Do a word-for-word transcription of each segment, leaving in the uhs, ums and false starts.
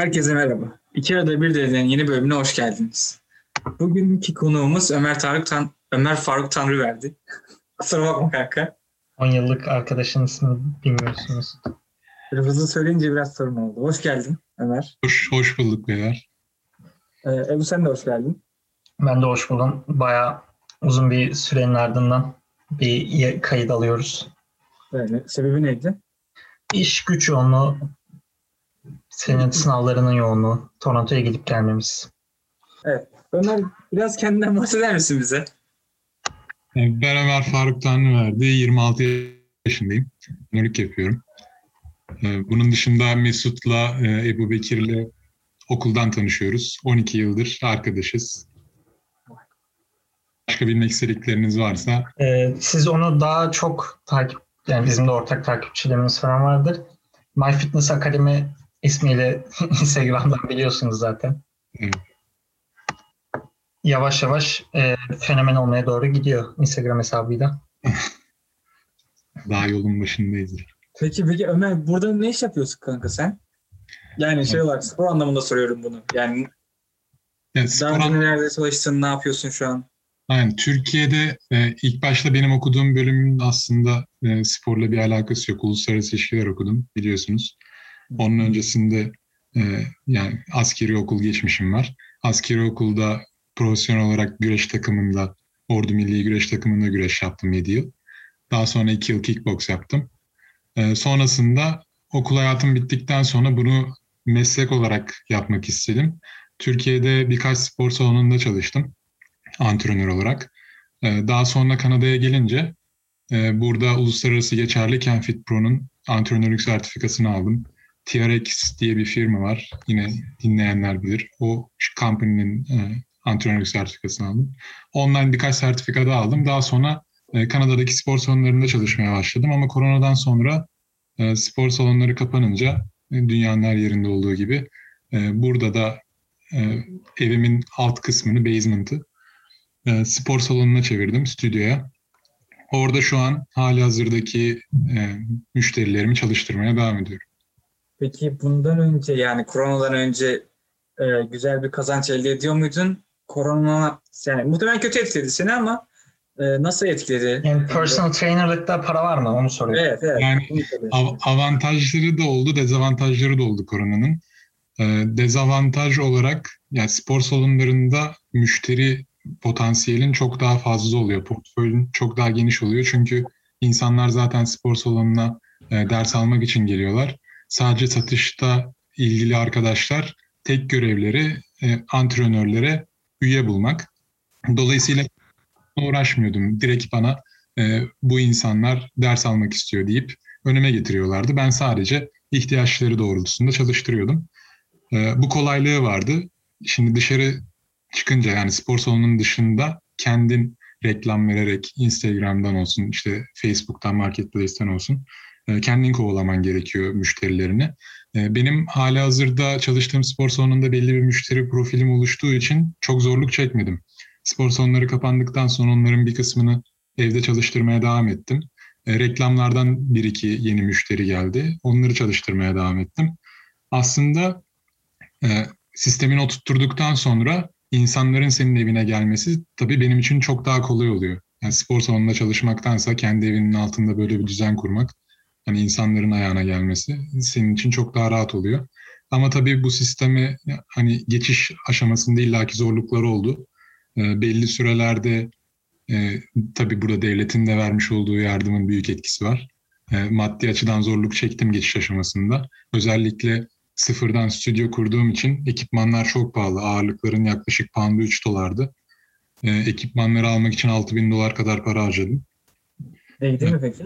Herkese merhaba. İki arada bir dereden yeni bölümüne hoş geldiniz. Bugünkü konuğumuz Ömer Tarık Tan Ömer Faruk Tanrıverdi. Kusura bakma kanka. on yıllık arkadaşın ismini bilmiyorsunuz. Biraz hızlı söyleyince biraz sorun oldu. Hoş geldin Ömer. Hoş, hoş bulduk beyler. Ee, Ebu sen de hoş geldin. Ben de hoş buldum. Bayağı uzun bir sürenin ardından bir kayıt alıyoruz. Böyle. Sebebi neydi? İş güç yoğunluğu, senin sınavlarının yoğunluğu, Toronto'ya gidip gelmemiz. Evet. Ömer biraz kendinden bahseder misin bize? Ben Ömer Faruk Tanrıverdi. yirmi altı yaşındayım. Nörük yapıyorum. Bunun dışında Mesut'la, Ebu Bekir'le okuldan tanışıyoruz. on iki yıldır arkadaşız. Başka bilmek istedikleriniz varsa? Ee, siz onu daha çok takip, yani bizim de ortak takipçilerimiz falan vardır. My Fitness Academy ismiyle Instagram'dan biliyorsunuz zaten. Evet. Yavaş yavaş e, fenomen olmaya doğru gidiyor Instagram hesabıyla. Daha yolun başındayız. Peki peki Ömer burada ne iş yapıyorsun kanka sen? Yani şey olarak spor anlamında soruyorum bunu. Yani, yani daha önce nerede çalıştın, ne yapıyorsun şu an? Aynen. Türkiye'de e, ilk başta benim okuduğum bölümün aslında e, sporla bir alakası yok. Uluslararası ilişkiler okudum biliyorsunuz. Onun öncesinde e, yani askeri okul geçmişim var. Askeri okulda profesyonel olarak güreş takımında, Ordu Milli Güreş takımında güreş yaptım yedi yıl. Daha sonra iki yıl kickbox yaptım. E, sonrasında okul hayatım bittikten sonra bunu meslek olarak yapmak istedim. Türkiye'de birkaç spor salonunda çalıştım antrenör olarak. E, daha sonra Kanada'ya gelince e, burada uluslararası geçerli Kenfit Pro'nun antrenörlük sertifikasını aldım. T R X diye bir firma var. Yine dinleyenler bilir. O company'nin e, antrenörlük sertifikasını aldım. Online birkaç sertifika da aldım. Daha sonra e, Kanada'daki spor salonlarında çalışmaya başladım. Ama koronadan sonra e, spor salonları kapanınca e, dünyanın her yerinde olduğu gibi e, burada da e, evimin alt kısmını, basement'ı e, spor salonuna çevirdim, stüdyoya. Orada şu an halihazırdaki e, müşterilerimi çalıştırmaya devam ediyorum. Peki bundan önce yani koronadan önce e, güzel bir kazanç elde ediyor muydun? Korona yani muhtemelen kötü etkiledi seni ama e, nasıl etkiledi? Yani personal trainer'lıkta para var mı? Onu soruyorum. Evet, evet. Yani av- avantajları da oldu, dezavantajları da oldu koronanın. E, dezavantaj olarak yani spor salonlarında müşteri potansiyelin çok daha fazla oluyor. Portföyün çok daha geniş oluyor. Çünkü insanlar zaten spor salonuna e, ders almak için geliyorlar. Sadece satışta ilgili arkadaşlar tek görevleri e, antrenörlere üye bulmak. Dolayısıyla uğraşmıyordum. Direkt bana e, bu insanlar ders almak istiyor deyip önüme getiriyorlardı. Ben sadece ihtiyaçları doğrultusunda çalıştırıyordum. E, bu kolaylığı vardı. Şimdi dışarı çıkınca yani spor salonunun dışında kendin reklam vererek Instagram'dan olsun işte Facebook'tan Marketplace'ten olsun e, kendin kovalaman gerekiyor müşterilerini. E, benim halihazırda çalıştığım spor salonunda belli bir müşteri profilim oluştuğu için çok zorluk çekmedim. Spor salonları kapandıktan sonra onların bir kısmını evde çalıştırmaya devam ettim. E, reklamlardan bir iki yeni müşteri geldi. Onları çalıştırmaya devam ettim. Aslında e, sistemini oturtturduktan sonra insanların senin evine gelmesi tabii benim için çok daha kolay oluyor. Yani spor salonunda çalışmaktansa kendi evinin altında böyle bir düzen kurmak, hani insanların ayağına gelmesi senin için çok daha rahat oluyor. Ama tabii bu sisteme hani geçiş aşamasında illaki zorlukları oldu. E, belli sürelerde e, tabii burada devletin de vermiş olduğu yardımın büyük etkisi var. E, maddi açıdan zorluk çektim geçiş aşamasında. Özellikle sıfırdan stüdyo kurduğum için ekipmanlar çok pahalı. Ağırlıkların yaklaşık pound'u üç dolardı. E, ekipmanları almak için altı bin dolar kadar para harcadım. Değdi mi peki?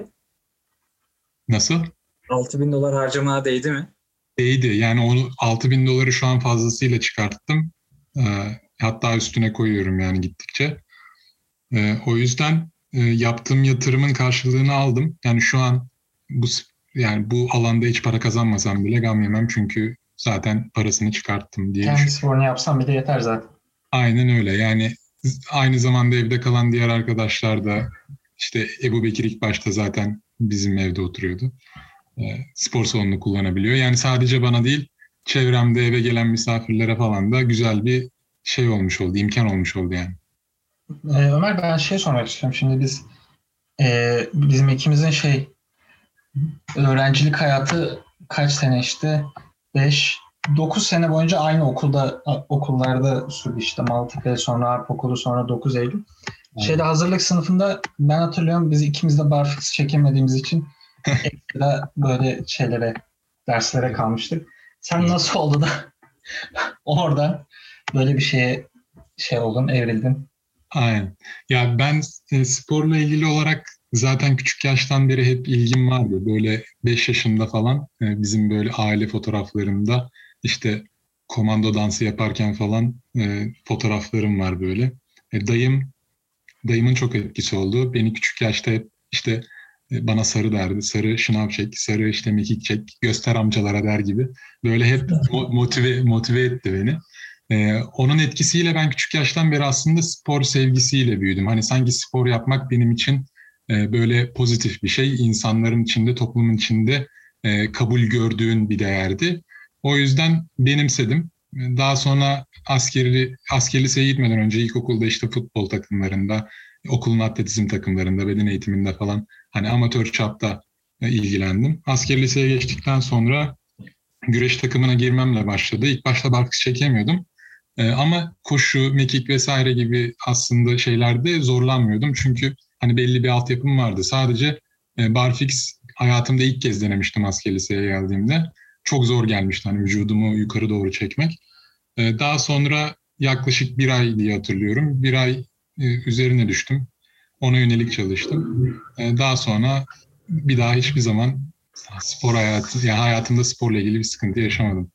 Nasıl? altı bin dolar harcamaya değdi mi? Değdi. Yani onu altı bin doları şu an fazlasıyla çıkarttım. E, hatta üstüne koyuyorum yani gittikçe. E, o yüzden e, yaptığım yatırımın karşılığını aldım. Yani şu an bu yani bu alanda hiç para kazanmasam bile gam yemem çünkü zaten parasını çıkarttım diye Kendi düşünüyorum. sporunu yapsam bile yeter zaten. Aynen öyle. Yani aynı zamanda evde kalan diğer arkadaşlar da işte Ebu Bekir ilk başta zaten bizim evde oturuyordu. E, spor salonunu kullanabiliyor. Yani sadece bana değil çevremde eve gelen misafirlere falan da güzel bir şey olmuş oldu, imkan olmuş oldu yani. Ee, Ömer, ben şey sormak istiyorum. Şimdi biz e, bizim ikimizin şey öğrencilik hayatı kaç sene işte? beş dokuz sene boyunca aynı okulda okullarda sürdü işte. Maltepe, sonra Harp Okulu, sonra dokuz Eylül. Şeyde, hazırlık sınıfında ben hatırlıyorum, biz ikimiz de barfiks çekemediğimiz için ekstra böyle şeylere, derslere kalmıştık. Sen nasıl oldu da oradan böyle bir şeye şey oldun, evrildin? Aynen. Ya ben e, sporla ilgili olarak zaten küçük yaştan beri hep ilgim vardı. Böyle beş yaşında falan e, bizim böyle aile fotoğraflarında işte komando dansı yaparken falan e, fotoğraflarım var böyle. E, dayım, dayımın çok etkisi oldu. Beni küçük yaşta hep işte e, bana sarı derdi. Sarı şınav çek, sarı işte mekik çek, göster amcalara der gibi. Böyle hep mo- motive motive etti beni. Ee, onun etkisiyle ben küçük yaştan beri aslında spor sevgisiyle büyüdüm. Hani sanki spor yapmak benim için e, böyle pozitif bir şey. İnsanların içinde, toplumun içinde e, kabul gördüğün bir değerdi. O yüzden benimsedim. Daha sonra askeri, askeri liseye gitmeden önce ilkokulda işte futbol takımlarında, okulun atletizm takımlarında, beden eğitiminde falan hani amatör çapta e, ilgilendim. Askeri liseye geçtikten sonra güreş takımına girmemle başladı. İlk başta barfiks çekemiyordum. Ee, ama koşu, mekik vesaire gibi aslında şeylerde zorlanmıyordum. Çünkü hani belli bir altyapım vardı. Sadece e, barfiks hayatımda ilk kez denemiştim asker liseye geldiğimde. Çok zor gelmişti hani vücudumu yukarı doğru çekmek. Ee, daha sonra yaklaşık bir ay diye hatırlıyorum. Bir ay e, üzerine düştüm. Ona yönelik çalıştım. Ee, daha sonra bir daha hiçbir zaman spor hayatı, yani hayatımda sporla ilgili bir sıkıntı yaşamadım.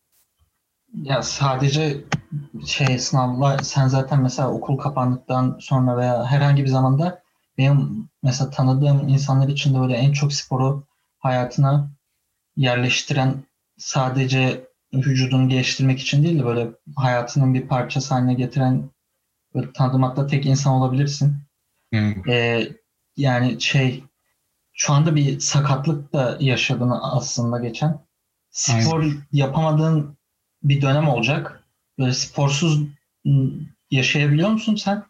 Ya sadece şey sınavla, sen zaten mesela okul kapandıktan sonra veya herhangi bir zamanda, benim mesela tanıdığım insanlar için de böyle en çok sporu hayatına yerleştiren, sadece vücudunu geliştirmek için değil de böyle hayatının bir parçası haline getiren, böyle tanıdığım hatta tek insan olabilirsin. Evet, Ee, yani şey, şu anda bir sakatlık da yaşadın aslında geçen. aynen. Spor yapamadığın bir dönem olacak. Böyle sporsuz ıı, yaşayabiliyor musun sen?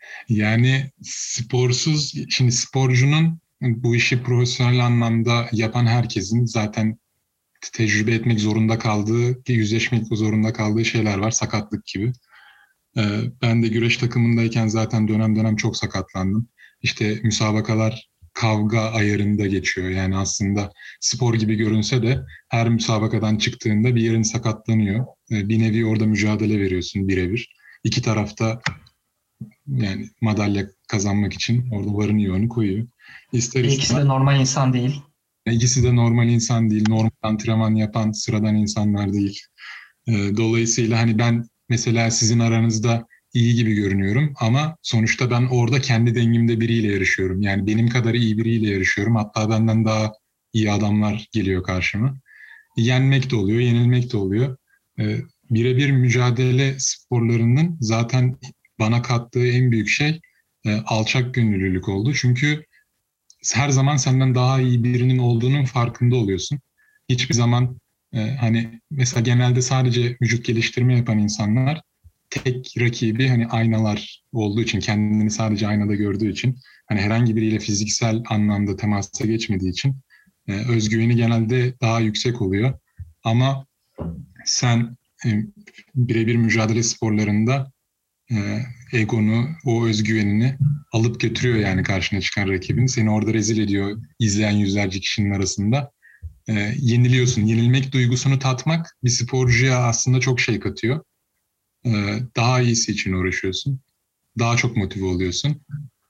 Yani sporsuz, şimdi sporcunun bu işi profesyonel anlamda yapan herkesin zaten tecrübe etmek zorunda kaldığı, yüzleşmek zorunda kaldığı şeyler var, sakatlık gibi. Ee, ben de güreş takımındayken zaten dönem dönem çok sakatlandım. İşte müsabakalar kavga ayarında geçiyor. Yani aslında spor gibi görünse de her müsabakadan çıktığında bir yerin sakatlanıyor. Ee, bir nevi orada mücadele veriyorsun birebir. İki tarafta yani madalya kazanmak için orada varını yoğunu koyuyor. İster Ve ikisi istemez. de normal insan değil. İkisi de normal insan değil, normal antrenman yapan sıradan insanlar değil. Ee, dolayısıyla hani ben mesela sizin aranızda iyi gibi görünüyorum ama sonuçta ben orada kendi dengimde biriyle yarışıyorum. Yani benim kadar iyi biriyle yarışıyorum. Hatta benden daha iyi adamlar geliyor karşıma. Yenmek de oluyor, yenilmek de oluyor. Ee, birebir mücadele sporlarının zaten bana kattığı en büyük şey e, alçak gönüllülük oldu. Çünkü her zaman senden daha iyi birinin olduğunun farkında oluyorsun. Hiçbir zaman e, hani mesela genelde sadece vücut geliştirme yapan insanlar tek rakibi hani aynalar olduğu için, kendini sadece aynada gördüğü için, hani herhangi biriyle fiziksel anlamda temasa geçmediği için e, özgüveni genelde daha yüksek oluyor. Ama sen e, birebir mücadele sporlarında e, egonu, o özgüvenini alıp götürüyor yani karşına çıkan rakibin. Seni orada rezil ediyor izleyen yüzlerce kişinin arasında. E, yeniliyorsun. Yenilmek duygusunu tatmak bir sporcuya aslında çok şey katıyor. E, daha iyisi için uğraşıyorsun. Daha çok motive oluyorsun.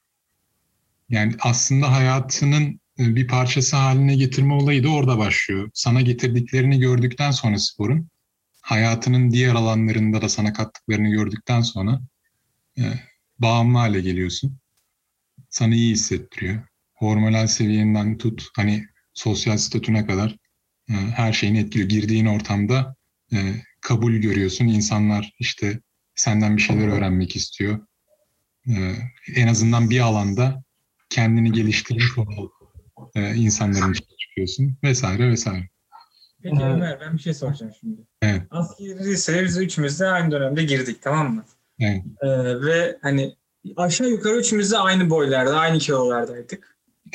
Yani aslında hayatının e, bir parçası haline getirme olayı da orada başlıyor. Sana getirdiklerini gördükten sonra sporun, hayatının diğer alanlarında da sana kattıklarını gördükten sonra e, bağımlı hale geliyorsun. Sana iyi hissettiriyor. Hormonal seviyenden tut, hani sosyal statüne kadar e, her şeyini etkiliyor. Girdiğin ortamda e, kabul görüyorsun. İnsanlar işte senden bir şeyler öğrenmek istiyor. E, en azından bir alanda kendini geliştirmiş olan e, insanların içine çıkıyorsun vesaire vesaire. Peki Ee, Ömer, ben bir şey soracağım şimdi. Evet, Askeri liseye biz üçümüz de aynı dönemde girdik, tamam mı? evet. Ee, ve hani aşağı yukarı üçümüz de aynı boylarda, aynı kilolardaydık.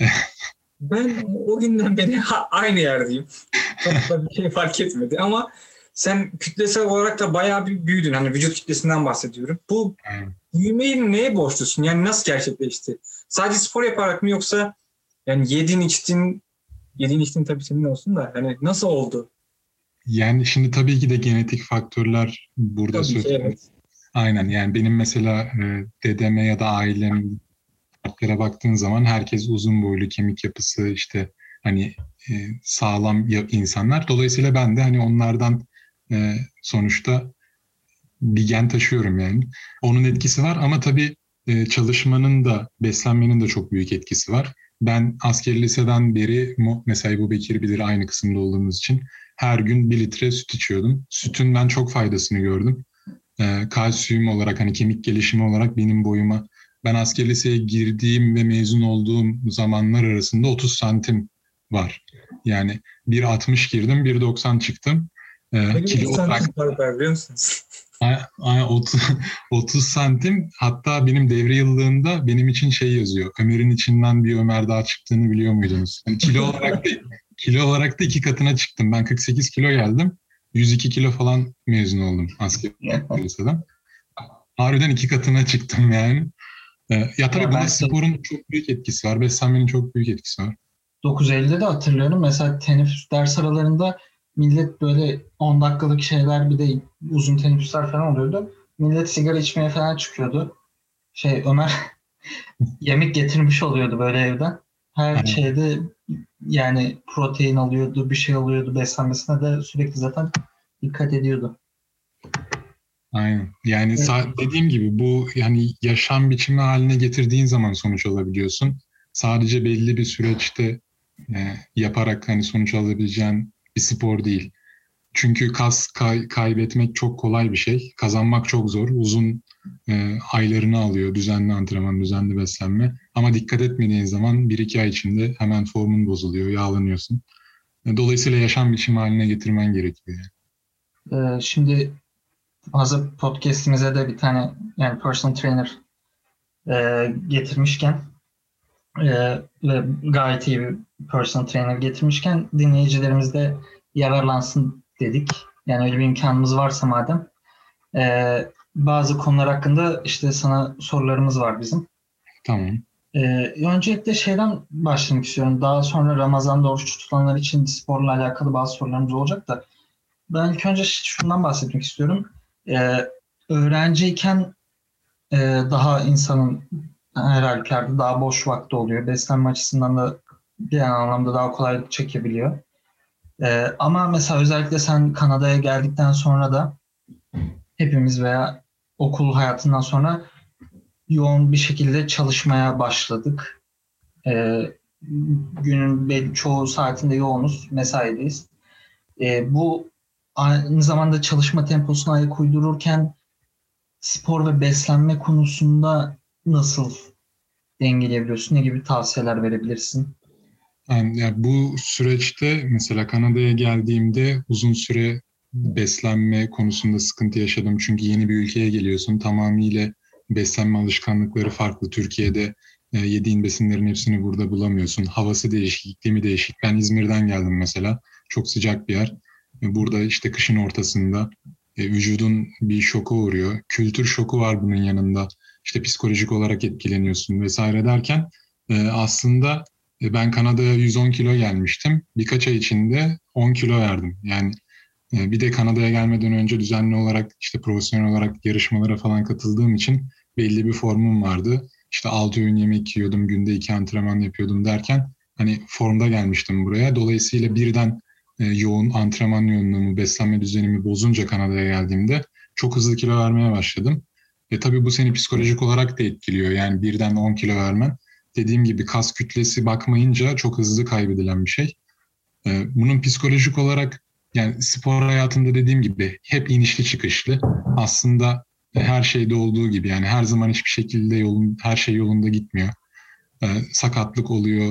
Ben o günden beri ha- aynı yerdeyim. Çok da bir şey fark etmedi ama sen kütlesel olarak da bayağı bir büyüdün. Hani vücut kitlesinden bahsediyorum. Bu Evet. büyümeyi neye borçlusun? Yani nasıl gerçekleşti? Sadece spor yaparak mı, yoksa yani yedin içtin, yedin içtin tabii senin olsun da hani nasıl oldu? Yani şimdi tabii ki de genetik faktörler burada Tabii ki söz konusu. evet. Aynen, yani benim mesela e, dedeme ya da ailem kartlara baktığın zaman herkes uzun boylu, kemik yapısı işte hani e, sağlam ya- insanlar. Dolayısıyla ben de hani onlardan e, sonuçta bir gen taşıyorum yani. Onun etkisi var ama tabii e, çalışmanın da beslenmenin de çok büyük etkisi var. Ben askeri liseden beri mo- mesela Ebu Bekir bilir, aynı kısımda olduğumuz için her gün bir litre süt içiyordum. Sütün ben çok faydasını gördüm. E, kalsiyum olarak, hani kemik gelişimi olarak benim boyuma, ben asker liseye girdiğim ve mezun olduğum zamanlar arasında otuz santim var. Yani bir altmış girdim, bir doksan çıktım. E, Benim kilo otuz olarak santim fark var, biliyor musunuz? Ay- ay- otuz, otuz santim, hatta benim devre yıllığında benim için şey yazıyor. Ömer'in içinden bir Ömer daha çıktığını biliyor muydunuz? Yani kilo olarak da kilo olarak da iki katına çıktım. Ben kırk sekiz kilo geldim. yüz iki kilo falan mezun oldum askeri liseden. Harbiden iki katına çıktım yani. Ee, ya tabii Yani ben buna işte sporun çok büyük etkisi var. Beslenmenin çok büyük etkisi var. dokuz Eylül'de de hatırlıyorum. Mesela teneffüs ders aralarında millet böyle on dakikalık şeyler, bir de uzun teneffüsler falan oluyordu. Millet sigara içmeye falan çıkıyordu. Şey Ömer yemek getirmiş oluyordu böyle evden. Her Aynen. şeyde yani protein alıyordu, bir şey alıyordu. Beslenmesine de sürekli zaten dikkat ediyordu. Aynen. Yani Evet. sa- dediğim gibi bu yani yaşam biçimi haline getirdiğin zaman sonuç alabiliyorsun. Sadece belli bir süreçte e, yaparak hani sonuç alabileceğin bir spor değil. Çünkü kas kay- kaybetmek çok kolay bir şey. Kazanmak çok zor. Uzun e, aylarını alıyor düzenli antrenman, düzenli beslenme. Ama dikkat etmediğin zaman bir iki ay içinde hemen formun bozuluyor, yağlanıyorsun. E, Dolayısıyla yaşam biçimi haline getirmen gerekiyor yani. Ee, şimdi hazır podcast'imize de bir tane yani personal trainer e, getirmişken e, ve gayet iyi bir personal trainer getirmişken dinleyicilerimiz de yararlansın dedik. Yani öyle bir imkanımız varsa madem. E, bazı konular hakkında işte sana sorularımız var bizim. Tamam. E, öncelikle şeyden başlamak istiyorum. Daha sonra Ramazan'da oruç tutanlar için sporla alakalı bazı sorularımız olacak da. Ben ilk önce şundan bahsetmek istiyorum. E, öğrenciyken e, daha insanın her halükarda daha boş vakti oluyor. Beslenme açısından da bir anlamda daha kolay çekebiliyor. E, ama mesela özellikle sen Kanada'ya geldikten sonra da hepimiz veya okul hayatından sonra yoğun bir şekilde çalışmaya başladık. E, günün belli çoğu saatinde yoğunuz, mesaideyiz. E, bu aynı zamanda çalışma temposuna ayak uydururken spor ve beslenme konusunda nasıl dengeleyebiliyorsun? Ne gibi tavsiyeler verebilirsin? Yani, yani bu süreçte mesela Kanada'ya geldiğimde uzun süre beslenme konusunda sıkıntı yaşadım. Çünkü yeni bir ülkeye geliyorsun. Tamamıyla beslenme alışkanlıkları farklı. Türkiye'de e, yediğin besinlerin hepsini burada bulamıyorsun. Havası değişik, iklimi değişik. Ben İzmir'den geldim mesela. Çok sıcak bir yer. E, Burada işte kışın ortasında e, vücudun bir şoka uğruyor. Kültür şoku var bunun yanında. İşte psikolojik olarak etkileniyorsun vesaire derken e, aslında e, ben Kanada'ya yüz on kilo gelmiştim. Birkaç ay içinde on kilo verdim. Yani e, bir de Kanada'ya gelmeden önce düzenli olarak işte profesyonel olarak yarışmalara falan katıldığım için belli bir formum vardı. İşte altı öğün yemek yiyordum, günde iki antrenman yapıyordum derken hani formda gelmiştim buraya. Dolayısıyla birden e, yoğun antrenman yoğunluğumu, beslenme düzenimi bozunca Kanada'ya geldiğimde çok hızlı kilo vermeye başladım. E tabii bu seni psikolojik olarak da etkiliyor. Yani birden on kilo vermen, dediğim gibi kas kütlesi bakmayınca çok hızlı kaybedilen bir şey. Ee, Bunun psikolojik olarak yani spor hayatında dediğim gibi hep inişli çıkışlı. Aslında her şeyde olduğu gibi yani her zaman hiçbir şekilde yolun her şey yolunda gitmiyor. Ee, sakatlık oluyor.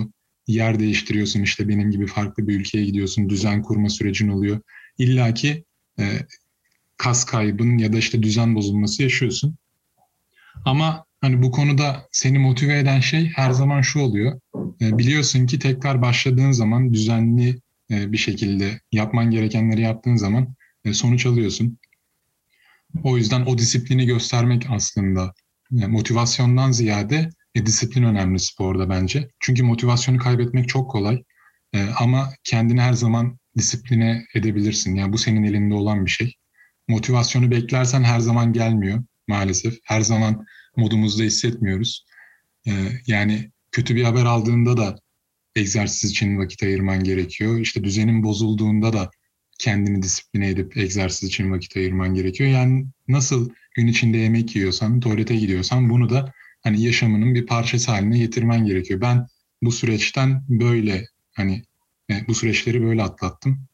yer değiştiriyorsun, işte benim gibi farklı bir ülkeye gidiyorsun, düzen kurma sürecin oluyor. İlla ki e, kas kaybın ya da işte düzen bozulması yaşıyorsun. Ama hani bu konuda seni motive eden şey her zaman şu oluyor. E, biliyorsun ki tekrar başladığın zaman düzenli e, bir şekilde yapman gerekenleri yaptığın zaman e, sonuç alıyorsun. O yüzden o disiplini göstermek aslında e, motivasyondan ziyade e, disiplin önemli sporda bence. Çünkü motivasyonu kaybetmek çok kolay. E, ama kendini her zaman disipline edebilirsin. Yani bu senin elinde olan bir şey. Motivasyonu beklersen her zaman gelmiyor maalesef. Her zaman modumuzda hissetmiyoruz. E, yani kötü bir haber aldığında da egzersiz için vakit ayırman gerekiyor. İşte düzenin bozulduğunda da kendini disipline edip egzersiz için vakit ayırman gerekiyor. Yani nasıl gün içinde yemek yiyorsan, tuvalete gidiyorsan bunu da hani yaşamının bir parçası haline getirmen gerekiyor. Ben bu süreçten böyle hani e, bu süreçleri böyle atlattım.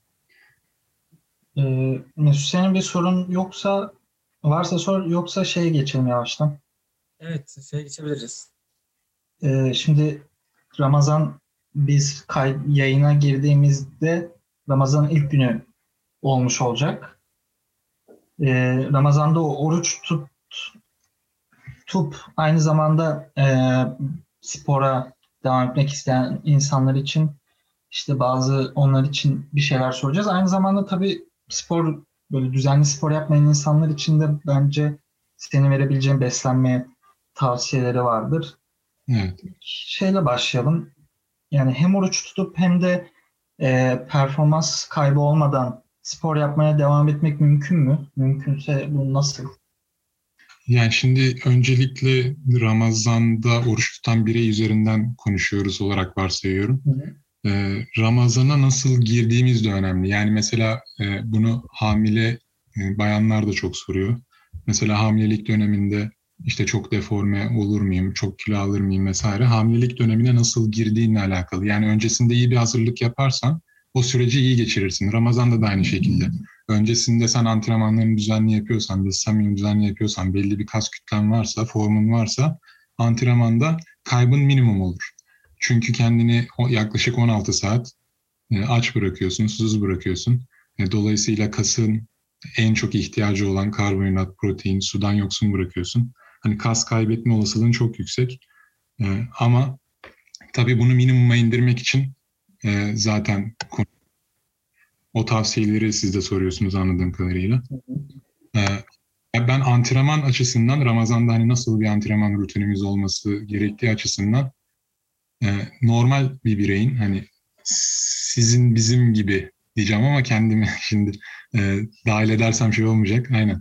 Ee, Mesut, senin bir sorun yoksa varsa sor, yoksa şeye geçelim yavaştan. Evet, şeye geçebiliriz. Ee, şimdi Ramazan, biz kay- yayına girdiğimizde Ramazan'ın ilk günü olmuş olacak. Ee, Ramazan'da o oruç tut, tutup aynı zamanda e, spora devam etmek isteyen insanlar için işte bazı onlar için bir şeyler soracağız. Aynı zamanda tabii spor, böyle düzenli spor yapmayan insanlar için de bence senin verebileceğin beslenme tavsiyeleri vardır. Evet. Şeyle başlayalım. Yani hem oruç tutup hem de e, performans kaybı olmadan spor yapmaya devam etmek mümkün mü? Mümkünse bu nasıl? Yani şimdi öncelikle Ramazan'da oruç tutan birey üzerinden konuşuyoruz olarak varsayıyorum. Hı hı. Ee, Ramazan'a nasıl girdiğimiz de önemli. Yani mesela e, bunu hamile e, bayanlar da çok soruyor. Mesela hamilelik döneminde işte çok deforme olur muyum, çok kilo alır mıyım vesaire. Hamilelik dönemine nasıl girdiğinle alakalı. Yani öncesinde iyi bir hazırlık yaparsan o süreci iyi geçirirsin. Ramazan'da da aynı şekilde. Öncesinde sen antrenmanlarını düzenli yapıyorsan, beslenmeni düzenli yapıyorsan, belli bir kas kütlen varsa, formun varsa antrenmanda kaybın minimum olur. Çünkü kendini yaklaşık on altı saat aç bırakıyorsun, susuz bırakıyorsun. Dolayısıyla kasın en çok ihtiyacı olan karbonhidrat, protein, sudan yoksun bırakıyorsun. Hani kas kaybetme olasılığın çok yüksek. Ama tabii bunu minimuma indirmek için zaten o tavsiyeleri siz de soruyorsunuz anladığım kadarıyla. Ben antrenman açısından Ramazan'da hani nasıl bir antrenman rutinimiz olması gerektiği açısından normal bir bireyin hani sizin bizim gibi diyeceğim ama kendimi şimdi e, dahil edersem şey olmayacak. Aynen.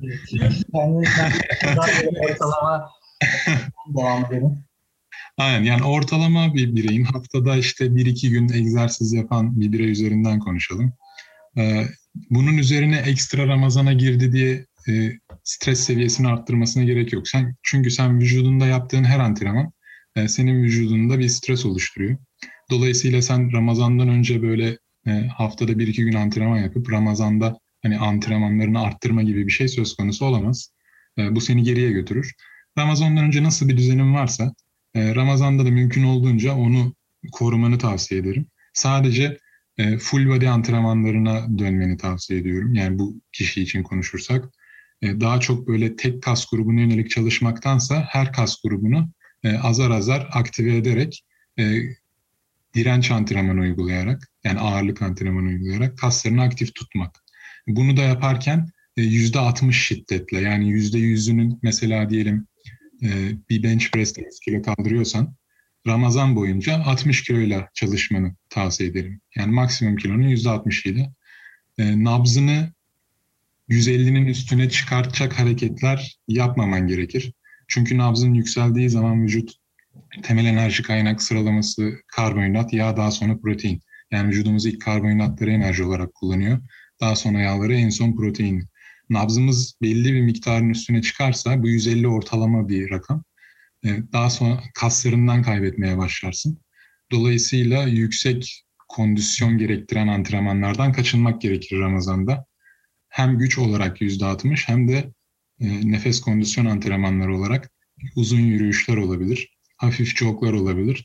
Ortalama devam edelim. Aynen, yani ortalama bir bireyin haftada işte bir iki gün egzersiz yapan bir birey üzerinden konuşalım. Ee, bunun üzerine ekstra Ramazan'a girdi diye e, stres seviyesini arttırmasına gerek yok. Sen, çünkü sen vücudunda yaptığın her antrenman e, senin vücudunda bir stres oluşturuyor. Dolayısıyla sen Ramazan'dan önce böyle e, haftada bir iki gün antrenman yapıp Ramazan'da hani antrenmanlarını arttırma gibi bir şey söz konusu olamaz. E, bu seni geriye götürür. Ramazan'dan önce nasıl bir düzenin varsa e, Ramazan'da da mümkün olduğunca onu korumanı tavsiye ederim. Sadece e, full body antrenmanlarına dönmeni tavsiye ediyorum. Yani bu kişi için konuşursak. E, daha çok böyle tek kas grubuna yönelik çalışmaktansa her kas grubunu e, azar azar aktive ederek e, direnç antrenmanı uygulayarak, yani ağırlık antrenmanı uygulayarak kaslarını aktif tutmak. Bunu da yaparken yüzde altmış şiddetle, yani yüzde yüzünün mesela diyelim e, bir bench press'te yüz kilo kaldırıyorsan Ramazan boyunca altmış kiloyla çalışmanı tavsiye ederim. Yani maksimum kilonun yüzde altmışıyla. E, nabzını yüz ellinin üstüne çıkartacak hareketler yapmaman gerekir. Çünkü nabzın yükseldiği zaman vücut temel enerji kaynak sıralaması karbonhidrat, yağ, daha sonra protein. Yani vücudumuz ilk karbonhidratları enerji olarak kullanıyor. Daha sonra yağları, en son protein. Nabzımız belli bir miktarın üstüne çıkarsa bu yüz elli ortalama bir rakam. Daha sonra kaslarından kaybetmeye başlarsın. Dolayısıyla yüksek kondisyon gerektiren antrenmanlardan kaçınmak gerekir Ramazan'da. Hem güç olarak yüzde altmış hem de nefes kondisyon antrenmanları olarak uzun yürüyüşler olabilir. Hafif joglar olabilir.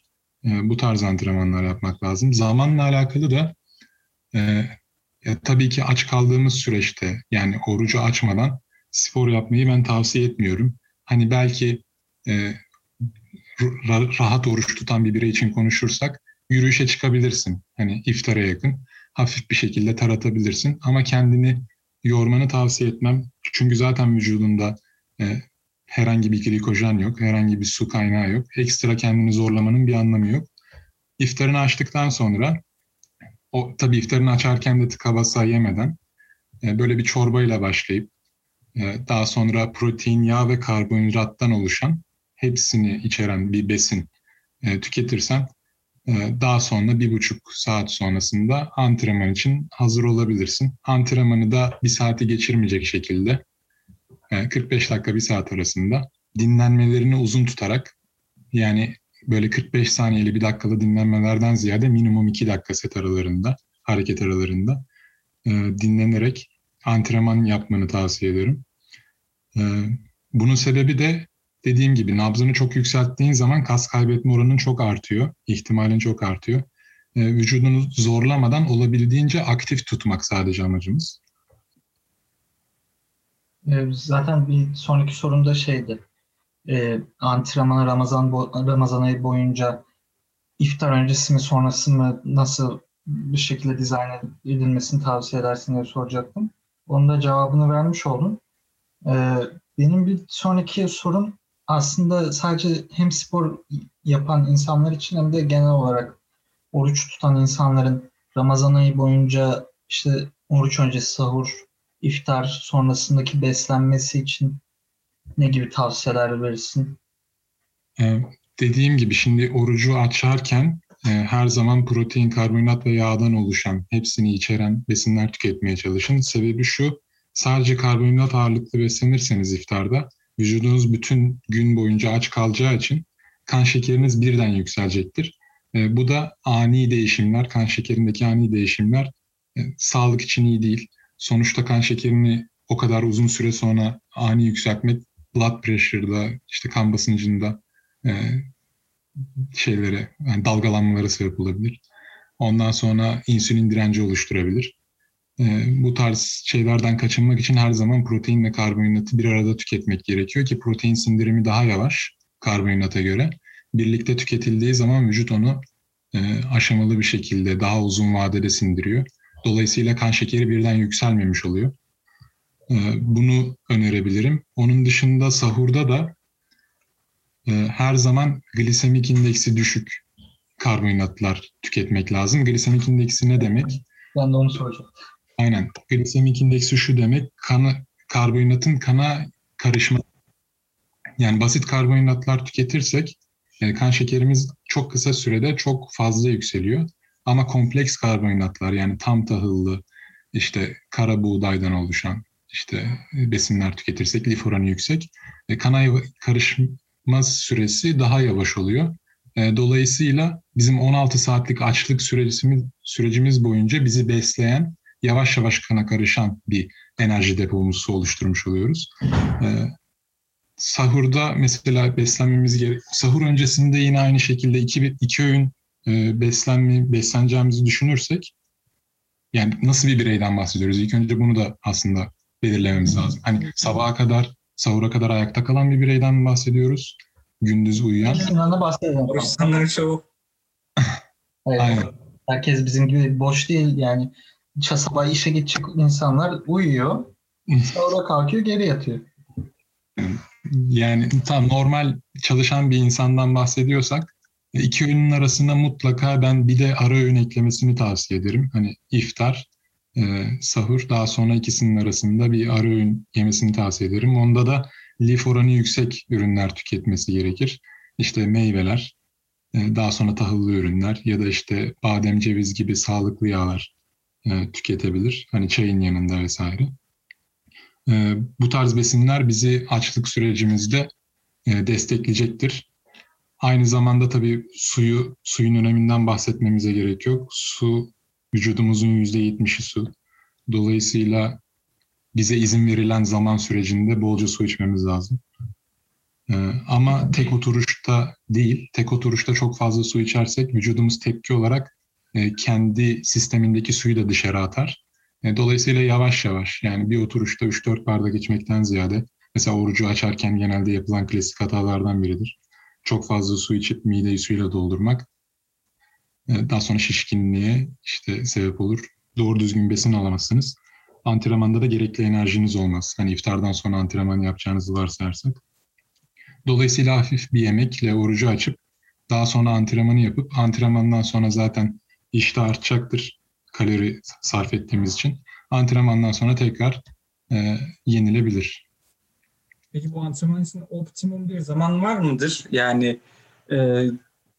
E, bu tarz antrenmanlar yapmak lazım. Zamanla alakalı da e, ya tabii ki aç kaldığımız süreçte, yani orucu açmadan spor yapmayı ben tavsiye etmiyorum. Hani belki e, ra- rahat oruç tutan bir birey için konuşursak yürüyüşe çıkabilirsin. Hani iftara yakın hafif bir şekilde ter atabilirsin ama kendini yormanı tavsiye etmem. Çünkü zaten vücudunda e, herhangi bir glikojen yok, herhangi bir su kaynağı yok. Ekstra kendini zorlamanın bir anlamı yok. İftarını açtıktan sonra, o tabii iftarını açarken de tıka basa yemeden e, böyle bir çorbayla başlayıp e, daha sonra protein, yağ ve karbonhidrattan oluşan hepsini içeren bir besin e, tüketirsen e, daha sonra bir buçuk saat sonrasında antrenman için hazır olabilirsin. Antrenmanı da bir saati geçirmeyecek şekilde e, kırk beş dakika bir saat arasında dinlenmelerini uzun tutarak, yani böyle kırk beş saniyeli bir dakikalı dinlenmelerden ziyade minimum iki dakika set aralarında, hareket aralarında e, dinlenerek antrenman yapmanı tavsiye ederim. E, bunun sebebi de dediğim gibi nabzını çok yükselttiğin zaman kas kaybetme oranın çok artıyor, ihtimalin çok artıyor. E, vücudunu zorlamadan olabildiğince aktif tutmak sadece amacımız. Ee, Zaten bir sonraki sorumda şeydi. E, antrenmanı Ramazan bo- Ramazan ayı boyunca iftar öncesi mi sonrası mı nasıl bir şekilde dizayn edilmesini tavsiye edersin diye soracaktım. Onun da cevabını vermiş oldun. Ee, Benim bir sonraki sorum aslında sadece hem spor yapan insanlar için hem de genel olarak oruç tutan insanların Ramazan ayı boyunca işte oruç öncesi sahur, iftar sonrasındaki beslenmesi için ne gibi tavsiyeler verirsin? Ee, dediğim gibi şimdi orucu açarken e, her zaman protein, karbonhidrat ve yağdan oluşan, hepsini içeren besinler tüketmeye çalışın. Sebebi şu, sadece karbonhidrat ağırlıklı beslenirseniz iftarda vücudunuz bütün gün boyunca aç kalacağı için kan şekeriniz birden yükselecektir. E, bu da ani değişimler, kan şekerindeki ani değişimler e, sağlık için iyi değil. Sonuçta kan şekerini o kadar uzun süre sonra ani yükseltmek blood pressure'da, işte kan basıncında e, şeylere, yani dalgalanmalara sebep olabilir. Ondan sonra insülin direnci oluşturabilir. E, bu tarz şeylerden kaçınmak için her zaman protein ve karbonhidratı bir arada tüketmek gerekiyor ki protein sindirimi daha yavaş karbonhidrata göre. Birlikte tüketildiği zaman vücut onu e, aşamalı bir şekilde daha uzun vadede sindiriyor. Dolayısıyla kan şekeri birden yükselmemiş oluyor. E, bunu önerebilirim. Onun dışında sahurda da e, her zaman glisemik indeksi düşük karbonhidratlar tüketmek lazım. Glisemik indeksi ne demek? Ben de onu soracağım. Aynen. Glisemik indeksi şu demek, kana, karbonhidratın kana karışma. Yani basit karbonhidratlar tüketirsek e, kan şekerimiz çok kısa sürede çok fazla yükseliyor. Ama kompleks karbonhidratlar, yani tam tahıllı, işte kara buğdaydan oluşan işte e, besinler tüketirsek lif oranı yüksek. E, kana karışma süresi daha yavaş oluyor. E, dolayısıyla bizim on altı saatlik açlık sürecimiz, sürecimiz boyunca bizi besleyen, yavaş yavaş kana karışan bir enerji depomuzu oluşturmuş oluyoruz. E, Sahurda mesela beslenmemiz gerek. Sahur öncesinde yine aynı şekilde iki, iki öğün e, beslenme, besleneceğimizi düşünürsek, yani nasıl bir bireyden bahsediyoruz? İlk önce bunu da aslında belirlememiz lazım. Hani sabaha kadar, sahura kadar ayakta kalan bir bireyden mi bahsediyoruz? Gündüz uyuyan. İkisinden de bahsedelim. O insanların çoğu Evet. Aynen. Herkes bizim gibi boş değil yani. Sabah işe gidecek insanlar uyuyor, sonra kalkıyor, geri yatıyor. Yani tam normal çalışan bir insandan bahsediyorsak iki öğünün arasında mutlaka ben bir de ara öğün eklemesini tavsiye ederim. Hani iftar, e, sahur, daha sonra ikisinin arasında bir ara öğün yemesini tavsiye ederim. Onda da lif oranı yüksek ürünler tüketmesi gerekir. İşte meyveler, e, daha sonra tahıllı ürünler ya da işte badem, ceviz gibi sağlıklı yağlar e, tüketebilir. Hani çayın yanında vesaire. E, bu tarz besinler bizi açlık sürecimizde e, destekleyecektir. Aynı zamanda tabii suyu, suyun öneminden bahsetmemize gerek yok. Su, vücudumuzun yüzde yetmişi su. Dolayısıyla bize izin verilen zaman sürecinde bolca su içmemiz lazım. Ee, ama tek oturuşta değil, tek oturuşta çok fazla su içersek vücudumuz tepki olarak e, kendi sistemindeki suyu da dışarı atar. E, dolayısıyla yavaş yavaş, yani bir oturuşta üç dört bardak içmekten ziyade, mesela orucu açarken genelde yapılan klasik hatalardan biridir. Çok fazla su içip mideyi suyla doldurmak e, daha sonra şişkinliğe işte sebep olur. Doğru düzgün besin alamazsınız. Antrenmanda da gerekli enerjiniz olmaz. Hani iftardan sonra antrenman yapacağınızı varsayarsak. Dolayısıyla hafif bir yemekle orucu açıp daha sonra antrenmanı yapıp antrenmandan sonra zaten iştah artacaktır kalori sarf ettiğimiz için. Antrenmandan sonra tekrar e, yenilebilir. Peki bu antrenman için optimum bir zaman var mıdır? Yani e,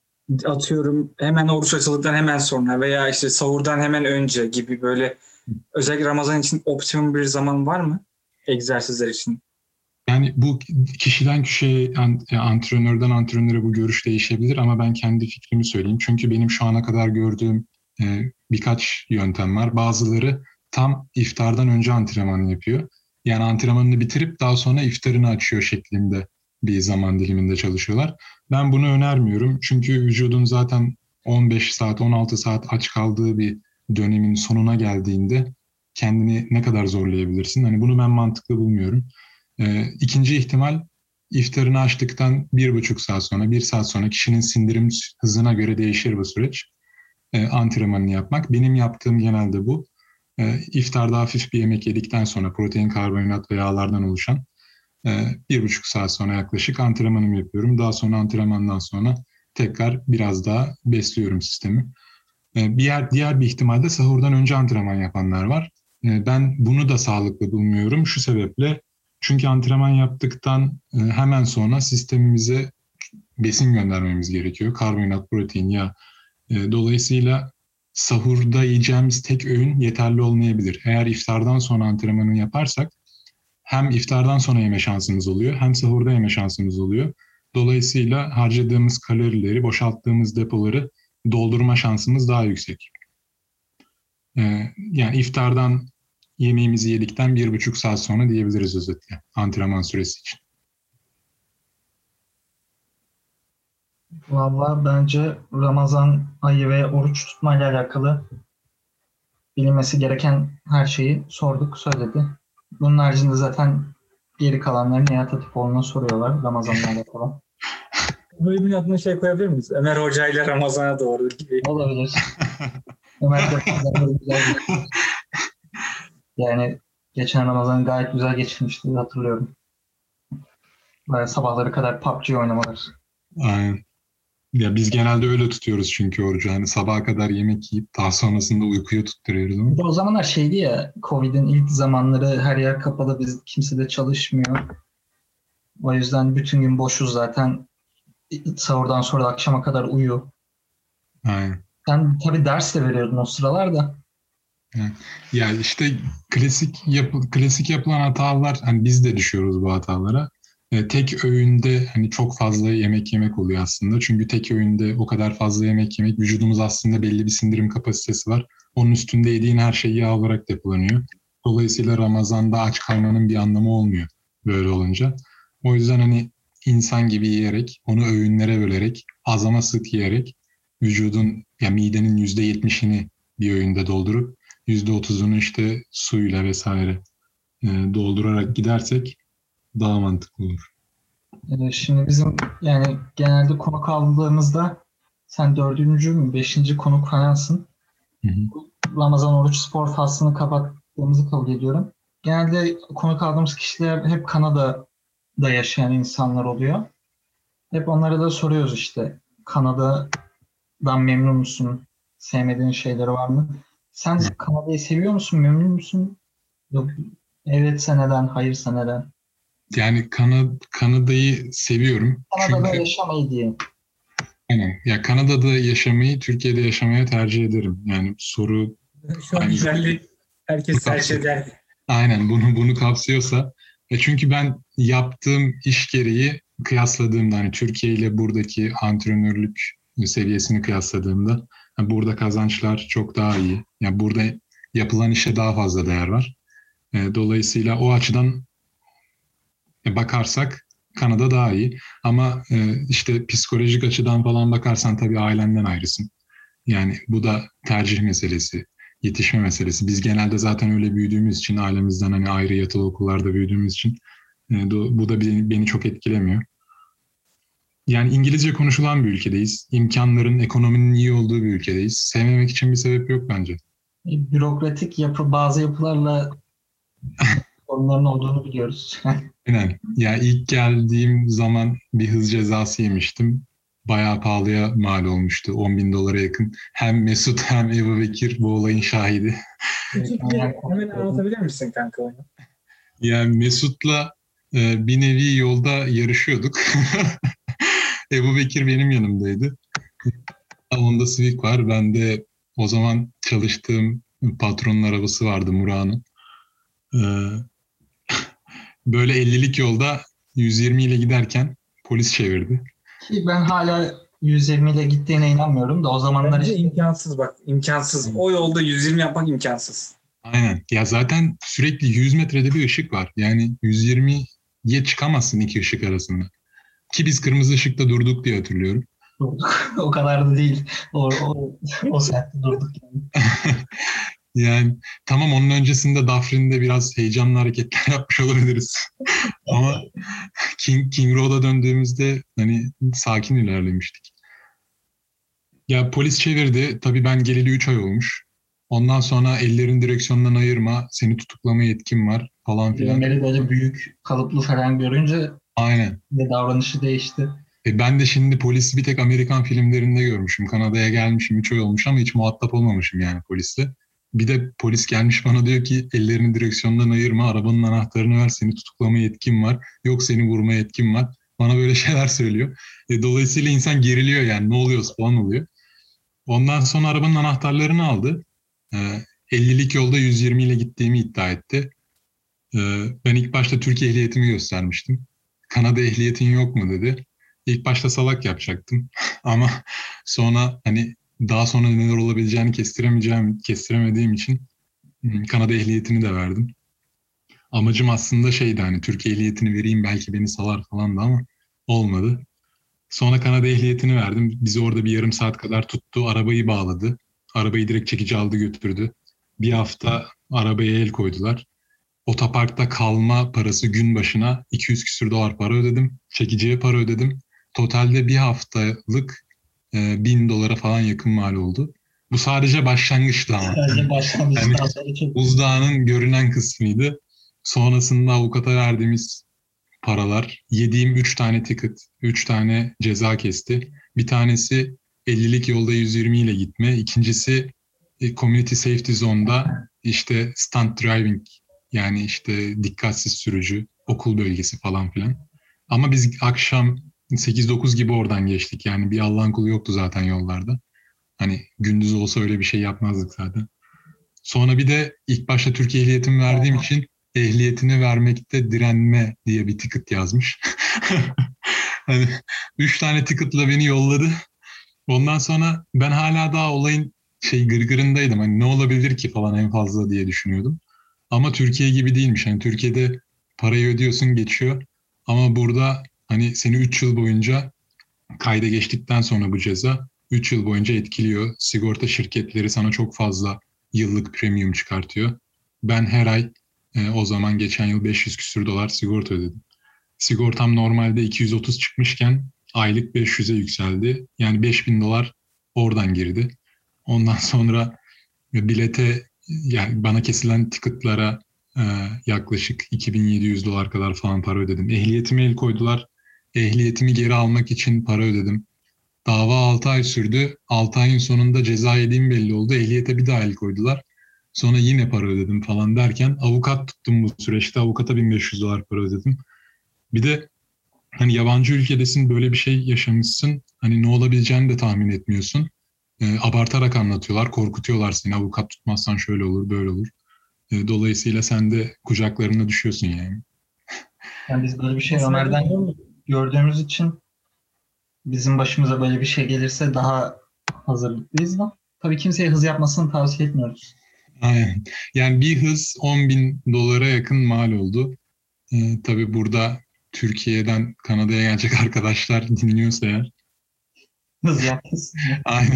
atıyorum hemen oruç açıldıktan hemen sonra veya işte sahurdan hemen önce gibi böyle özellikle Ramazan için optimum bir zaman var mı egzersizler için? Yani bu kişiden kişiye, antrenörden antrenöre bu görüş değişebilir ama ben kendi fikrimi söyleyeyim. Çünkü benim şu ana kadar gördüğüm e, birkaç yöntem var. Bazıları tam iftardan önce antrenman yapıyor. Yani antrenmanını bitirip daha sonra iftarını açıyor şeklinde bir zaman diliminde çalışıyorlar. Ben bunu önermiyorum. Çünkü vücudun zaten on beş saat, on altı saat aç kaldığı bir dönemin sonuna geldiğinde kendini ne kadar zorlayabilirsin? Hani bunu ben mantıklı bulmuyorum. Ee, ikinci ihtimal iftarını açtıktan bir buçuk saat sonra, bir saat sonra kişinin sindirim hızına göre değişir bu süreç. Ee, antrenmanını yapmak. Benim yaptığım genelde bu. Ee, iftarda hafif bir yemek yedikten sonra protein, karbonhidrat ve yağlardan oluşan e, bir buçuk saat sonra yaklaşık antrenmanımı yapıyorum. Daha sonra antrenmandan sonra tekrar biraz daha besliyorum sistemi. Ee, bir yer, diğer bir ihtimalde sahurdan önce antrenman yapanlar var. Ee, ben bunu da sağlıklı bulmuyorum. Şu sebeple, çünkü antrenman yaptıktan e, hemen sonra sistemimize besin göndermemiz gerekiyor. Karbonhidrat, protein, yağ. E, dolayısıyla sahurda yiyeceğimiz tek öğün yeterli olmayabilir. Eğer iftardan sonra antrenmanı yaparsak hem iftardan sonra yeme şansımız oluyor hem sahurda yeme şansımız oluyor. Dolayısıyla harcadığımız kalorileri, boşalttığımız depoları doldurma şansımız daha yüksek. E, yani iftardan yemeğimizi yedikten bir buçuk saat sonra diyebiliriz özetle antrenman süresi için. Vallahi bence Ramazan ayı ve oruç tutmayla alakalı bilinmesi gereken her şeyi sorduk, söyledi. Bunun haricinde zaten geri kalanları Nihat Hatipoğlu'na soruyorlar Ramazan'la alakalı. Bölümün adına şey koyabilir miyiz? Ömer Hoca ile Ramazan'a doğru gibi. Olabilir. Ömer de güzel geçmiş. Yani geçen Ramazan gayet güzel geçmişti, hatırlıyorum. Böyle sabahları kadar P U B G oynamalar. Aynen. Ya biz genelde öyle tutuyoruz çünkü orucu. Hani sabaha kadar yemek yiyip daha sonrasında uykuya tutturuyoruz. Ama. Bir de o zamanlar şeydi ya, Covid'in ilk zamanları, her yer kapalı, biz kimse de çalışmıyor. O yüzden bütün gün boşuz zaten. Sahurdan sonra da akşama kadar uyu. Aynen. Sen tabii ders de veriyordun o sıralarda. Yani, ya işte klasik yapı, klasik yapılan hatalar, hani biz de düşüyoruz bu hatalara. E, tek öğünde hani çok fazla yemek yemek oluyor aslında. Çünkü tek öğünde o kadar fazla yemek yemek, vücudumuz aslında belli bir sindirim kapasitesi var. Onun üstünde yediğin her şey yağ olarak depolanıyor. Dolayısıyla Ramazan'da aç kalmanın bir anlamı olmuyor böyle olunca. O yüzden hani insan gibi yiyerek, onu öğünlere bölerek, az ama sık yiyerek vücudun, ya midenin yüzde yetmişini bir öğünde doldurup yüzde otuzunu işte suyla vesaire e, doldurarak gidersek daha mantıklı olur. Ee, şimdi bizim yani genelde konuk aldığımızda sen dördüncü mü beşinci konuk falansın. Hı hı. Ramazan oruç spor faslını kapattığımızı kabul ediyorum. Genelde konuk aldığımız kişiler hep Kanada'da yaşayan insanlar oluyor. Hep onlara da soruyoruz işte, Kanada'dan memnun musun? Sevmediğin şeyleri var mı? Sen Kanada'yı seviyor musun? Memnun musun? Yok. Evetse neden? Hayırsa neden? Yani Kanada, Kanada'yı seviyorum. Kanada'da Çünkü, yaşamayı diyeyim. aynen. Ya Kanada'da yaşamayı, Türkiye'de yaşamaya tercih ederim. Yani soru Şu an güzelliği herkes tercih eder. Aynen bunu bunu kapsıyorsa. E çünkü ben yaptığım iş gereği kıyasladığımda, hani Türkiye ile buradaki antrenörlük seviyesini kıyasladığımda yani burada kazançlar çok daha iyi. Yani burada yapılan işe daha fazla değer var. E, dolayısıyla o açıdan bakarsak Kanada daha iyi. Ama e, işte psikolojik açıdan falan bakarsan tabii ailenden ayrısın. Yani bu da tercih meselesi, yetişme meselesi. Biz genelde zaten öyle büyüdüğümüz için, ailemizden hani ayrı yatılı okullarda büyüdüğümüz için e, do- bu da beni, beni çok etkilemiyor. Yani İngilizce konuşulan bir ülkedeyiz. İmkanların, ekonominin iyi olduğu bir ülkedeyiz. Sevmemek için bir sebep yok bence. Bürokratik yapı bazı yapılarla onların olduğunu biliyoruz. Aynen. Ya ilk geldiğim zaman bir hız cezası yemiştim. Bayağı pahalıya mal olmuştu. on bin dolara yakın. Hem Mesut hem Ebu Bekir bu olayın şahidi. Mesut bir hemen anlatabilir misin kanka onu? Yani Mesut'la e, bir nevi yolda yarışıyorduk. Ebu Bekir benim yanımdaydı. Onda Civic var. Ben de o zaman çalıştığım patronun arabası vardı, Murano. Ee, Böyle ellilik yolda yüz yirmi ile giderken polis çevirdi. Ki ben hala yüz yirmi ile gittiğine inanmıyorum da o zamanlar Bence işte imkansız bak. İmkansız. O yolda yüz yirmi yapmak imkansız. Aynen. Ya zaten sürekli yüz metrede bir ışık var. Yani yüz yirmiye çıkamazsın iki ışık arasında. Ki biz kırmızı ışıkta durduk diye hatırlıyorum. durduk. O kadar da değil. O, o, o saatte durduk yani. Yani tamam, onun öncesinde Dufferin'de biraz heyecanlı hareketler yapmış olabiliriz. Ama King, King Road'a döndüğümüzde hani sakin ilerlemiştik. Ya polis çevirdi. Tabii ben geleli üç ay olmuş. Ondan sonra ellerin direksiyondan ayırma, seni tutuklama yetkin var falan filan. Ömer'i böyle büyük kalıplı falan görünce Aynen. de davranışı değişti. E ben de şimdi polisi bir tek Amerikan filmlerinde görmüşüm. Kanada'ya gelmişim, üç ay olmuş ama hiç muhatap olmamışım yani polisle. Bir de polis gelmiş bana diyor ki ellerini direksiyondan ayırma, arabanın anahtarını ver, seni tutuklama yetkin var. Yok, seni vurma yetkin var. Bana böyle şeyler söylüyor. E, dolayısıyla insan geriliyor yani, ne oluyor falan oluyor. Ondan sonra arabanın anahtarlarını aldı. E, ellilik yolda yüz yirmi ile gittiğimi iddia etti. E, ben ilk başta Türkiye ehliyetimi göstermiştim. Kanada ehliyetin yok mu dedi. İlk başta salak yapacaktım. Ama sonra hani daha sonra neler olabileceğini kestiremeyeceğim, kestiremediğim için Kanada ehliyetini de verdim. Amacım aslında şeydi, hani Türkiye ehliyetini vereyim belki beni salar falan da, ama olmadı. Sonra Kanada ehliyetini verdim. Bizi orada bir yarım saat kadar tuttu. Arabayı bağladı. Arabayı direkt çekici aldı götürdü. Bir hafta arabaya el koydular. Otoparkta kalma parası gün başına iki yüz küsür dolar para ödedim. Çekiciye para ödedim. Totalde bir haftalık e, bin dolara falan yakın mal oldu. Bu sadece başlangıçtı ama. Sadece başlangıçtan Yani sonra çok buzdağının görünen kısmıydı. Sonrasında avukata verdiğimiz paralar, yediğim üç tane ticket, üç tane ceza kesti. Bir tanesi ellilik yolda yüz yirmi ile gitme. İkincisi e, Community Safety Zone'da işte stunt driving, yani işte dikkatsiz sürücü, okul bölgesi falan filan. Ama biz akşam sekiz dokuz gibi oradan geçtik. Yani bir Allah'ın kulu yoktu zaten yollarda. Hani gündüz olsa öyle bir şey yapmazdık zaten. Sonra bir de ilk başta Türkiye ehliyetimi verdiğim için ehliyetini vermekte direnme diye bir ticket yazmış. Hani üç tane ticket'la beni yolladı. Ondan sonra ben hala daha olayın şey gırgırındaydım. Hani ne olabilir ki falan en fazla diye düşünüyordum. Ama Türkiye gibi değilmiş. Hani Türkiye'de parayı ödüyorsun, geçiyor. Ama burada hani seni üç yıl boyunca, kayda geçtikten sonra bu ceza üç yıl boyunca etkiliyor. Sigorta şirketleri sana çok fazla yıllık premium çıkartıyor. Ben her ay e, o zaman geçen yıl beş yüz küsür dolar sigorta ödedim. Sigortam normalde iki yüz otuz çıkmışken aylık beş yüze yükseldi. Yani beş bin dolar oradan girdi. Ondan sonra bilete, yani bana kesilen ticketlara e, yaklaşık iki bin yedi yüz dolar kadar falan para ödedim. Ehliyetime el koydular. Ehliyetimi geri almak için para ödedim. Dava altı ay sürdü. altı ayın sonunda ceza yediğim belli oldu. Ehliyete bir daha el koydular. Sonra yine para ödedim falan derken avukat tuttum bu süreçte. Avukata bin beş yüz dolar para ödedim. Bir de hani yabancı ülkedesin, böyle bir şey yaşamışsın. Hani ne olabileceğini de tahmin etmiyorsun. E, abartarak anlatıyorlar, korkutuyorlar seni. Avukat tutmazsan şöyle olur, böyle olur. E, dolayısıyla sen de kucaklarına düşüyorsun yani. yani biz böyle bir şey Ömer'den gördüğümüz için bizim başımıza böyle bir şey gelirse daha hazırlıklıyız da. Tabii kimseye hız yapmasını tavsiye etmiyoruz. Aynen. Yani bir hız on bin dolara yakın mal oldu. E, tabii burada Türkiye'den Kanada'ya gelecek arkadaşlar dinliyorsa eğer. Hız yapmışsın. Aynen.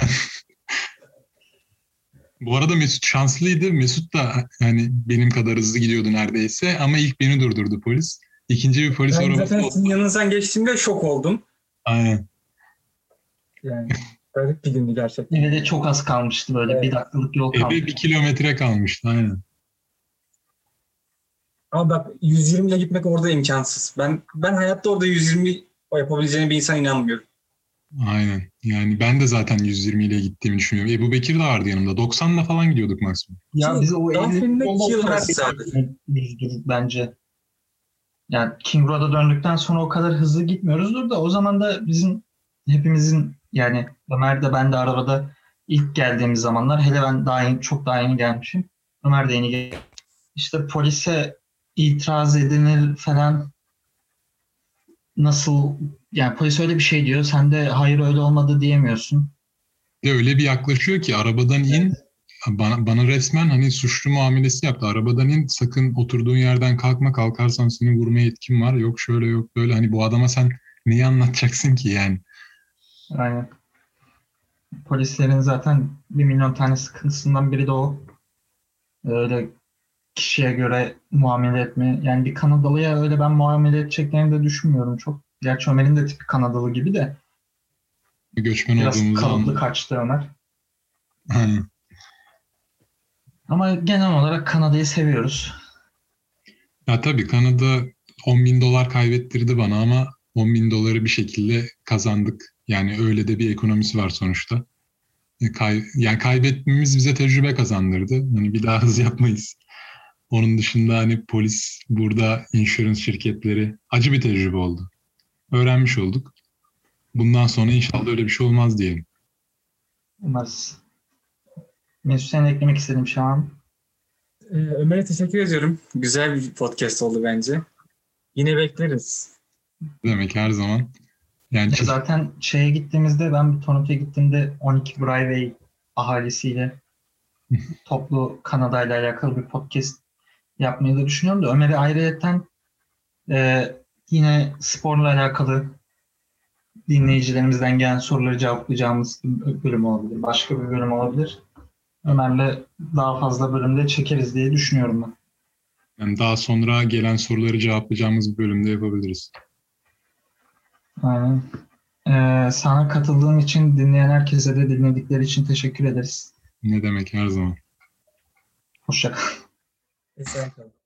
Bu arada Mesut şanslıydı. Mesut da hani benim kadar hızlı gidiyordu neredeyse ama ilk beni durdurdu polis. İkinci bir polis Ben arabası zaten oldu. sizin yanınızdan geçtiğimde şok oldum. Aynen. Yani garip bir gündü gerçekten. Eve de çok az kalmıştı böyle. Evet. Bir dakikalık yol kalmıştı. Eve bir kilometre kalmıştı. Aynen. Ama bak yüz yirmi ile gitmek orada imkansız. Ben ben hayatta orada yüz yirmi yapabileceğine bir insan inanmıyorum. Aynen. Yani ben de zaten yüz yirmi ile gittiğimi düşünüyorum. Ebu Bekir de vardı yanımda. doksanla falan gidiyorduk maksimum. Ya Ki biz o daha elli filmde yolda iki o yıl kadar arası sadece. yüzdürük bence. Yani King Road'a döndükten sonra o kadar hızlı gitmiyoruzdur da o zaman da bizim hepimizin yani Ömer de ben de arabada ilk geldiğimiz zamanlar hele ben daha yeni, çok daha yeni gelmişim. Ömer de yeni geldi. İşte polise itiraz edilir falan nasıl yani polis öyle bir şey diyor sen de hayır öyle olmadı diyemiyorsun. De öyle bir yaklaşıyor ki arabadan in. Bana, bana resmen hani suçlu muamelesi yaptı. Arabadan in, sakın oturduğun yerden kalkma, kalkarsan seni vurmaya yetkim var. Yok şöyle yok böyle. Hani bu adama sen neyi anlatacaksın ki yani? Aynen. Polislerin zaten bir milyon tane sıkıntısından biri de o. Öyle kişiye göre muamele etme. Yani bir Kanadalıya öyle ben muamele edeceklerini de düşünmüyorum çok. Gerçi Ömer'in de tipi Kanadalı gibi de. Göçmen Biraz olduğumuzu kalıplı anladım. kaçtı Ömer. Aynen. Ama genel olarak Kanada'yı seviyoruz. Ya tabii Kanada on bin dolar kaybettirdi bana ama on bin doları bir şekilde kazandık. Yani öyle de bir ekonomisi var sonuçta. E, Kay, yani kaybetmemiz bize tecrübe kazandırdı. Hani bir daha hız yapmayız. Onun dışında hani polis, burada insurance şirketleri acı bir tecrübe oldu. Öğrenmiş olduk. Bundan sonra inşallah öyle bir şey olmaz diyelim. Umarız. Mesut senin eklemek istediğin bir şey var mı? Ee, Ömer'e teşekkür ediyorum. Güzel bir podcast oldu bence. Yine bekleriz. Demek her zaman. Yani Ya zaten şeye gittiğimizde ben bir Toronto'ya gittiğimde on iki Brivey ahalisiyle toplu Kanada ile alakalı bir podcast yapmayı da düşünüyorum da Ömer'e ayrıyeten e, yine sporla alakalı dinleyicilerimizden gelen soruları cevaplayacağımız bir bölüm olabilir. Başka bir bölüm olabilir. Ömer'le daha fazla bölümde çekeriz diye düşünüyorum ben. yani daha sonra gelen soruları cevaplayacağımız bir bölümde yapabiliriz. Aynen. Ee, sana katıldığın için dinleyen herkese de dinledikleri için teşekkür ederiz. Ne demek her zaman. Hoşça kal. Esen kalın.